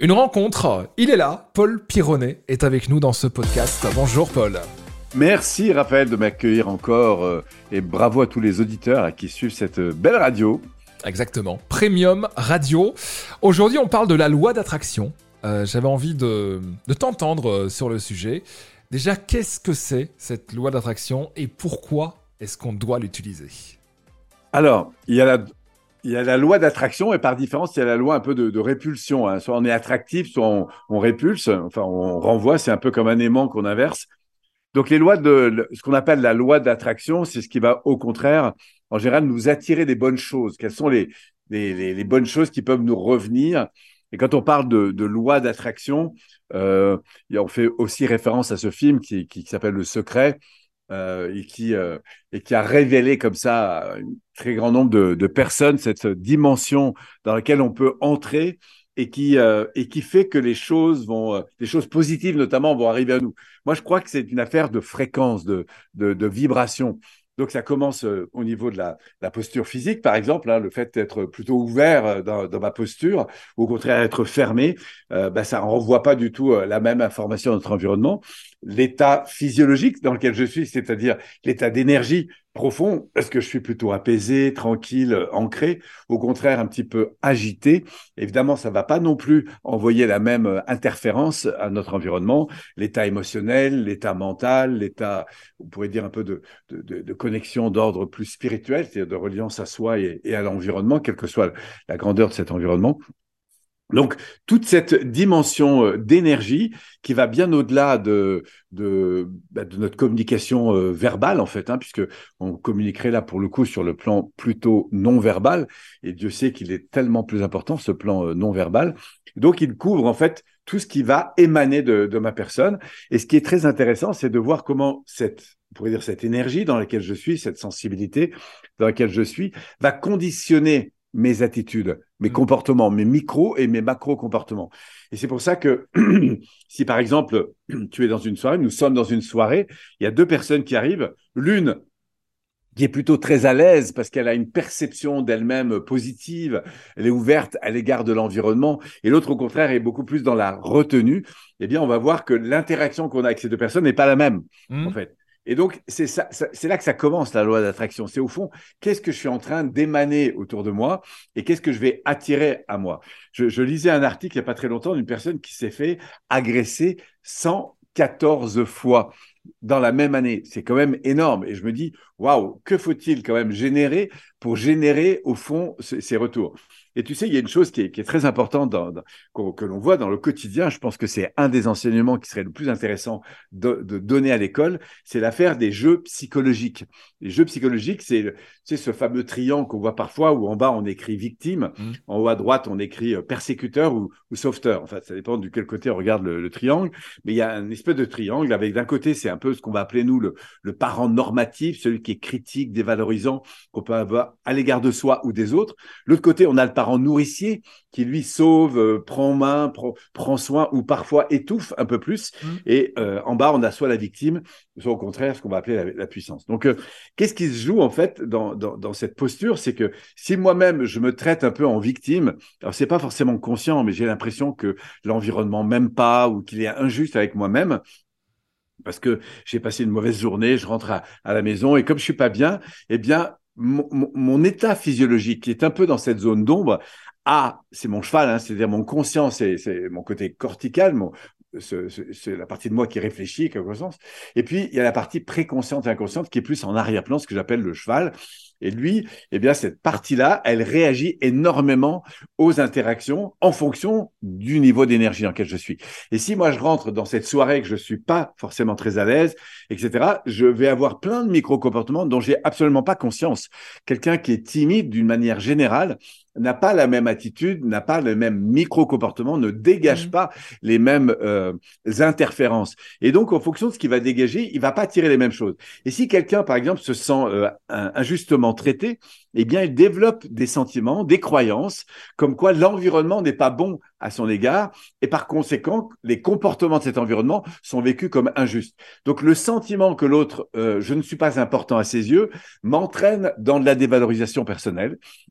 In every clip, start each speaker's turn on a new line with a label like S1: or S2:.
S1: Une rencontre, il est là, Paul Pironnet est avec nous dans ce podcast. Bonjour Paul.
S2: Merci Raphaël de m'accueillir encore et bravo à tous les auditeurs qui suivent cette belle radio.
S1: Exactement, Premium Radio. Aujourd'hui on parle de la loi d'attraction. J'avais envie de t'entendre sur le sujet. Déjà, qu'est-ce que c'est cette loi d'attraction et pourquoi est-ce qu'on doit l'utiliser ?
S2: Alors, il y a la loi d'attraction et par différence, il y a la loi un peu de répulsion. Hein. Soit on est attractif, soit on répulse, enfin on renvoie, c'est un peu comme un aimant qu'on inverse. Donc les lois ce qu'on appelle la loi d'attraction, c'est ce qui va au contraire, en général, nous attirer des bonnes choses. Quelles sont les bonnes choses qui peuvent nous revenir ? Et quand on parle de loi d'attraction, on fait aussi référence à ce film qui s'appelle Le Secret et qui a révélé comme ça à un très grand nombre de personnes cette dimension dans laquelle on peut entrer et qui fait que les choses positives notamment vont arriver à nous. Moi, je crois que c'est une affaire de fréquence, de vibration. Donc, ça commence au niveau de la posture physique, par exemple, hein, le fait d'être plutôt ouvert dans ma posture, ou au contraire être fermé, ça ne renvoie pas du tout la même information à notre environnement. L'état physiologique dans lequel je suis, c'est-à-dire l'état d'énergie profond, est-ce que je suis plutôt apaisé, tranquille, ancré, au contraire un petit peu agité. Évidemment, ça ne va pas non plus envoyer la même interférence à notre environnement. L'état émotionnel, l'état mental, l'état, on pourrait dire un peu de connexion d'ordre plus spirituel, c'est-à-dire de reliance à soi et à l'environnement, quelle que soit la grandeur de cet environnement. Donc, toute cette dimension d'énergie qui va bien au-delà de notre communication verbale, en fait, hein, puisque on communiquerait là, pour le coup, sur le plan plutôt non-verbal. Et Dieu sait qu'il est tellement plus important, ce plan non-verbal. Donc, il couvre, en fait, tout ce qui va émaner de ma personne. Et ce qui est très intéressant, c'est de voir comment on pourrait dire cette énergie dans laquelle je suis, cette sensibilité dans laquelle je suis, va conditionner mes attitudes, mes comportements, mes micro et mes macro comportements. Et c'est pour ça que si par exemple tu es dans une soirée, nous sommes dans une soirée, il y a deux personnes qui arrivent, l'une qui est plutôt très à l'aise parce qu'elle a une perception d'elle-même positive, elle est ouverte à l'égard de l'environnement, et l'autre au contraire est beaucoup plus dans la retenue, eh bien on va voir que l'interaction qu'on a avec ces deux personnes n'est pas la même en fait. Et donc, c'est là que ça commence, la loi d'attraction. C'est au fond, qu'est-ce que je suis en train d'émaner autour de moi et qu'est-ce que je vais attirer à moi. Je lisais un article il n'y a pas très longtemps d'une personne qui s'est fait agresser 114 fois dans la même année. C'est quand même énorme. Et je me dis, waouh, que faut-il quand même générer pour générer, au fond, ces retours ? Et tu sais, il y a une chose qui est très importante que l'on voit dans le quotidien. Je pense que c'est un des enseignements qui serait le plus intéressant de donner à l'école. C'est l'affaire des jeux psychologiques. Les jeux psychologiques, c'est ce fameux triangle qu'on voit parfois où en bas, on écrit victime. En haut à droite, on écrit persécuteur ou sauveteur. Enfin, ça dépend de quel côté on regarde le triangle. Mais il y a une espèce de triangle avec d'un côté, c'est un peu ce qu'on va appeler, nous, le parent normatif, celui qui est critique, dévalorisant, qu'on peut avoir à l'égard de soi ou des autres. L'autre côté, on a le parent nourricier qui, lui, sauve, prend main, prend soin ou parfois étouffe un peu plus. Et en bas, on a soit la victime, soit au contraire, ce qu'on va appeler la puissance. Donc, qu'est-ce qui se joue, en fait, dans cette posture ? C'est que si moi-même, je me traite un peu en victime, alors c'est pas forcément conscient, mais j'ai l'impression que l'environnement m'aime pas ou qu'il est injuste avec moi-même, parce que j'ai passé une mauvaise journée, je rentre à la maison et comme je suis pas bien, eh bien, mon état physiologique qui est un peu dans cette zone d'ombre, c'est mon cheval, hein, c'est-à-dire mon conscient, c'est mon côté cortical, c'est la partie de moi qui réfléchit, qui a conscience. Et puis, il y a la partie préconsciente et inconsciente qui est plus en arrière-plan, ce que j'appelle le cheval. Et lui, eh bien, cette partie-là, elle réagit énormément aux interactions en fonction du niveau d'énergie dans lequel je suis. Et si moi, je rentre dans cette soirée que je suis pas forcément très à l'aise, etc., je vais avoir plein de micro-comportements dont j'ai absolument pas conscience. Quelqu'un qui est timide d'une manière générale n'a pas la même attitude, n'a pas le même micro-comportement, ne dégage pas les mêmes interférences. Et donc, en fonction de ce qu'il va dégager, il va pas attirer les mêmes choses. Et si quelqu'un, par exemple, se sent injustement traité, eh bien, il développe des sentiments, des croyances, comme quoi l'environnement n'est pas bon à son égard, et par conséquent, les comportements de cet environnement sont vécus comme injustes. Donc, le sentiment que l'autre, je ne suis pas important à ses yeux, m'entraîne dans de la dévalorisation personnelle,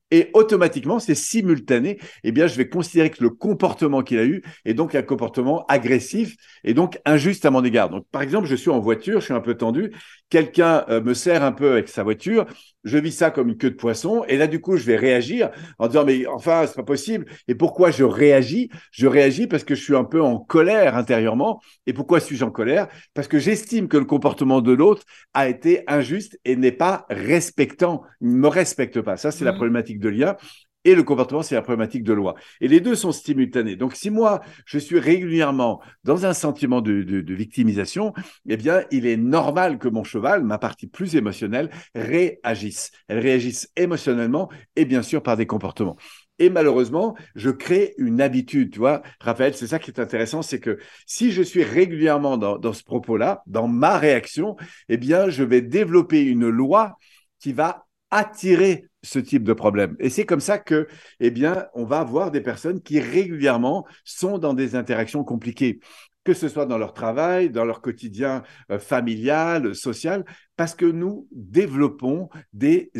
S2: Et automatiquement, c'est simultané. Eh bien, je vais considérer que le comportement qu'il a eu est donc un comportement agressif et donc injuste à mon égard. Donc, par exemple, je suis en voiture, je suis un peu tendu, quelqu'un me serre un peu avec sa voiture, je vis ça comme une queue de poisson, et là, du coup, je vais réagir en disant, mais enfin, c'est pas possible. Et pourquoi je réagis? Je réagis parce que je suis un peu en colère intérieurement. Et pourquoi suis-je en colère? Parce que j'estime que le comportement de l'autre a été injuste et n'est pas respectant, ne me respecte pas. Ça, c'est la problématique de lien. Et le comportement, c'est la problématique de loi. Et les deux sont simultanés. Donc, si moi, je suis régulièrement dans un sentiment de victimisation, eh bien, il est normal que mon cheval, ma partie plus émotionnelle, réagisse. Elle réagisse émotionnellement et bien sûr par des comportements. Et malheureusement, je crée une habitude, tu vois, Raphaël, c'est ça qui est intéressant, c'est que si je suis régulièrement dans ce propos-là, dans ma réaction, eh bien, je vais développer une loi qui va attirer ce type de problème. Et c'est comme ça que, eh bien, on va avoir des personnes qui régulièrement sont dans des interactions compliquées, que ce soit dans leur travail, dans leur quotidien familial, social, parce que nous développons des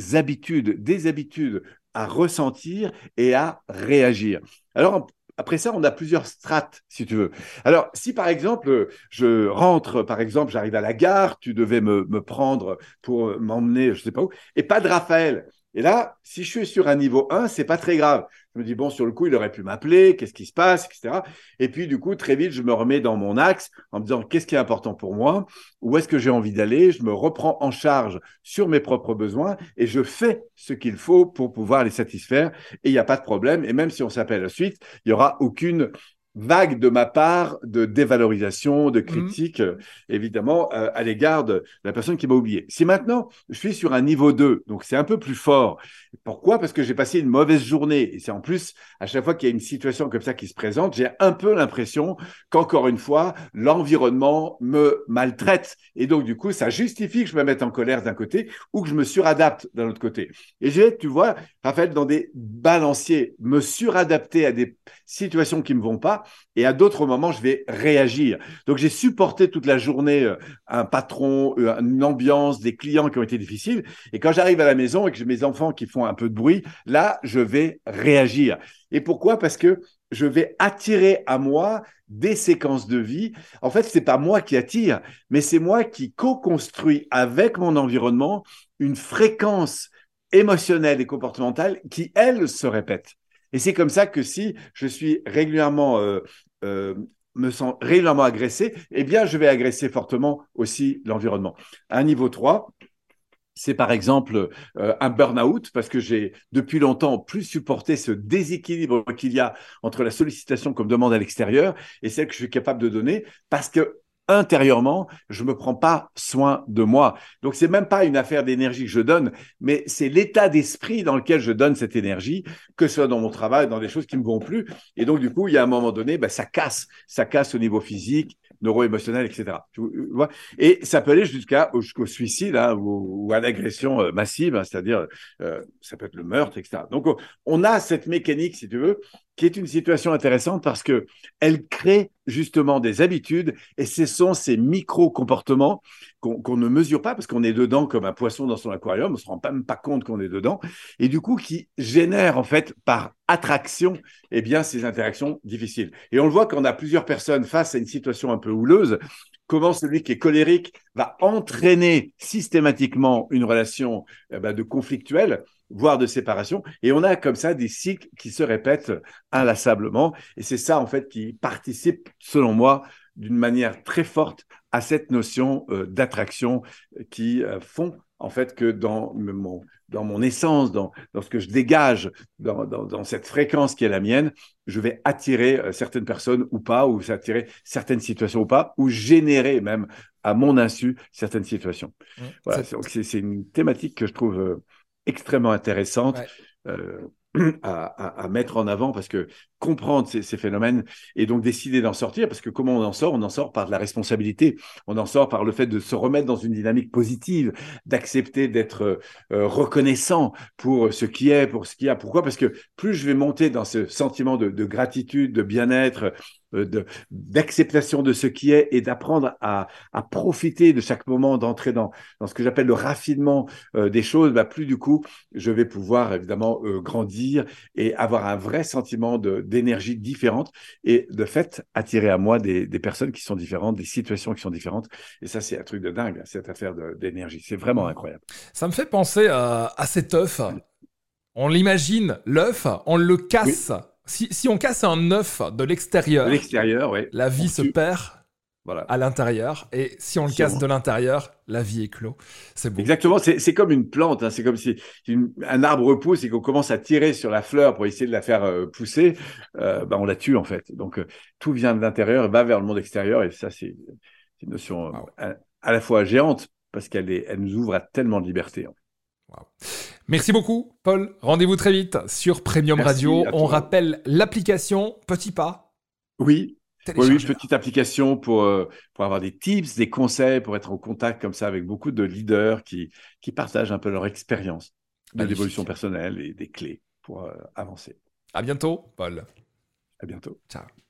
S2: habitudes à ressentir et à réagir. Alors, après ça, on a plusieurs strates, si tu veux. Alors, si par exemple, je rentre, par exemple, j'arrive à la gare, tu devais me prendre pour m'emmener, je ne sais pas où, et pas de Raphaël. Et là, si je suis sur un niveau 1, c'est pas très grave. Je me dis, bon, sur le coup, il aurait pu m'appeler, qu'est-ce qui se passe, etc. Et puis, du coup, très vite, je me remets dans mon axe en me disant, qu'est-ce qui est important pour moi? Où est-ce que j'ai envie d'aller? Je me reprends en charge sur mes propres besoins et je fais ce qu'il faut pour pouvoir les satisfaire. Et il n'y a pas de problème. Et même si on s'appelle ensuite, il n'y aura aucune vague de ma part de dévalorisation, de critique, évidemment, à l'égard de la personne qui m'a oublié. Si maintenant, je suis sur un niveau 2, donc c'est un peu plus fort. Pourquoi? Parce que j'ai passé une mauvaise journée. Et c'est en plus, à chaque fois qu'il y a une situation comme ça qui se présente, j'ai un peu l'impression qu'encore une fois, l'environnement me maltraite. Et donc, du coup, ça justifie que je me mette en colère d'un côté ou que je me suradapte d'un autre côté. Et j'ai, tu vois, Raphaël, dans des balanciers, me suradapter à des situations qui ne me vont pas. Et à d'autres moments, je vais réagir. Donc, j'ai supporté toute la journée un patron, une ambiance, des clients qui ont été difficiles. Et quand j'arrive à la maison et que j'ai mes enfants qui font un peu de bruit, là, je vais réagir. Et pourquoi? Parce que je vais attirer à moi des séquences de vie. En fait, c'est pas moi qui attire, mais c'est moi qui co-construis avec mon environnement une fréquence émotionnelle et comportementale qui, elle, se répète. Et c'est comme ça que si je suis régulièrement, me sens régulièrement agressé, eh bien, je vais agresser fortement aussi l'environnement. À un niveau 3, c'est par exemple un burn-out, parce que j'ai depuis longtemps plus supporté ce déséquilibre qu'il y a entre la sollicitation qu'on me demande à l'extérieur et celle que je suis capable de donner, parce que intérieurement, je me prends pas soin de moi. Donc, c'est même pas une affaire d'énergie que je donne, mais c'est l'état d'esprit dans lequel je donne cette énergie, que ce soit dans mon travail, dans des choses qui me vont plus. Et donc, du coup, il y a un moment donné, ben, ça casse au niveau physique, neuro-émotionnel, etc. Tu vois. Et ça peut aller jusqu'au suicide hein, ou à l'agression massive, hein, c'est-à-dire ça peut être le meurtre, etc. Donc, on a cette mécanique, si tu veux, qui est une situation intéressante parce que elle crée justement des habitudes et ce sont ces micro-comportements qu'on ne mesure pas parce qu'on est dedans comme un poisson dans son aquarium, on ne se rend même pas compte qu'on est dedans et du coup qui génèrent en fait par attraction eh bien, ces interactions difficiles. Et on le voit quand on a plusieurs personnes face à une situation un peu houleuse, comment celui qui est colérique va entraîner systématiquement une relation de conflictuelle, voire de séparation. Et on a comme ça des cycles qui se répètent inlassablement. Et c'est ça, en fait, qui participe, selon moi, d'une manière très forte à cette notion d'attraction qui font, en fait, que dans mon essence, dans ce que je dégage, dans cette fréquence qui est la mienne, je vais attirer certaines personnes ou pas, ou attirer certaines situations ou pas, ou générer même à mon insu certaines situations. Voilà, donc c'est une thématique que je trouve extrêmement intéressante.
S1: Ouais.
S2: À mettre en avant parce que comprendre ces phénomènes et donc décider d'en sortir parce que comment on en sort? On en sort par de la responsabilité, on en sort par le fait de se remettre dans une dynamique positive, d'accepter d'être reconnaissant pour ce qui est, pour ce qu'il y a. Pourquoi? Parce que plus je vais monter dans ce sentiment de gratitude, de bien-être d'acceptation de ce qui est et d'apprendre à profiter de chaque moment, d'entrer dans ce que j'appelle le raffinement des choses, bah, plus du coup, je vais pouvoir évidemment grandir et avoir un vrai sentiment d'énergie différente et de fait attirer à moi des personnes qui sont différentes, des situations qui sont différentes. Et ça, c'est un truc de dingue, cette affaire d'énergie. C'est vraiment incroyable.
S1: Ça me fait penser à cet œuf. On l'imagine, l'œuf, on le
S2: Oui,
S1: casse. Si on casse un œuf de
S2: de
S1: l'extérieur,
S2: l'extérieur, oui,
S1: la
S2: on
S1: vie se
S2: tue.
S1: perd
S2: Voilà.
S1: à l'intérieur. Et si on le
S2: Si
S1: casse
S2: on-
S1: de l'intérieur, la vie éclot. C'est beau.
S2: Exactement, c'est comme une plante, hein. C'est comme si un arbre repousse et qu'on commence à tirer sur la fleur pour essayer de la faire pousser, ben on la tue en fait. Donc tout vient de l'intérieur et va vers le monde extérieur et ça c'est une notion
S1: Waouh,
S2: à la fois géante parce elle nous ouvre à tellement de liberté, hein.
S1: waouh. Merci beaucoup, Paul. Rendez-vous très vite sur Premium
S2: Merci
S1: Radio.
S2: à
S1: On
S2: toi.
S1: rappelle l'application Petit Pas.
S2: Oui, oui,
S1: Téléchargez-la.
S2: petite application pour avoir des tips, des conseils, pour être en contact comme ça avec beaucoup de leaders qui partagent un peu leur expérience de l'évolution
S1: Magnifique.
S2: personnelle et des clés pour avancer.
S1: À bientôt, Paul.
S2: À bientôt.
S1: Ciao.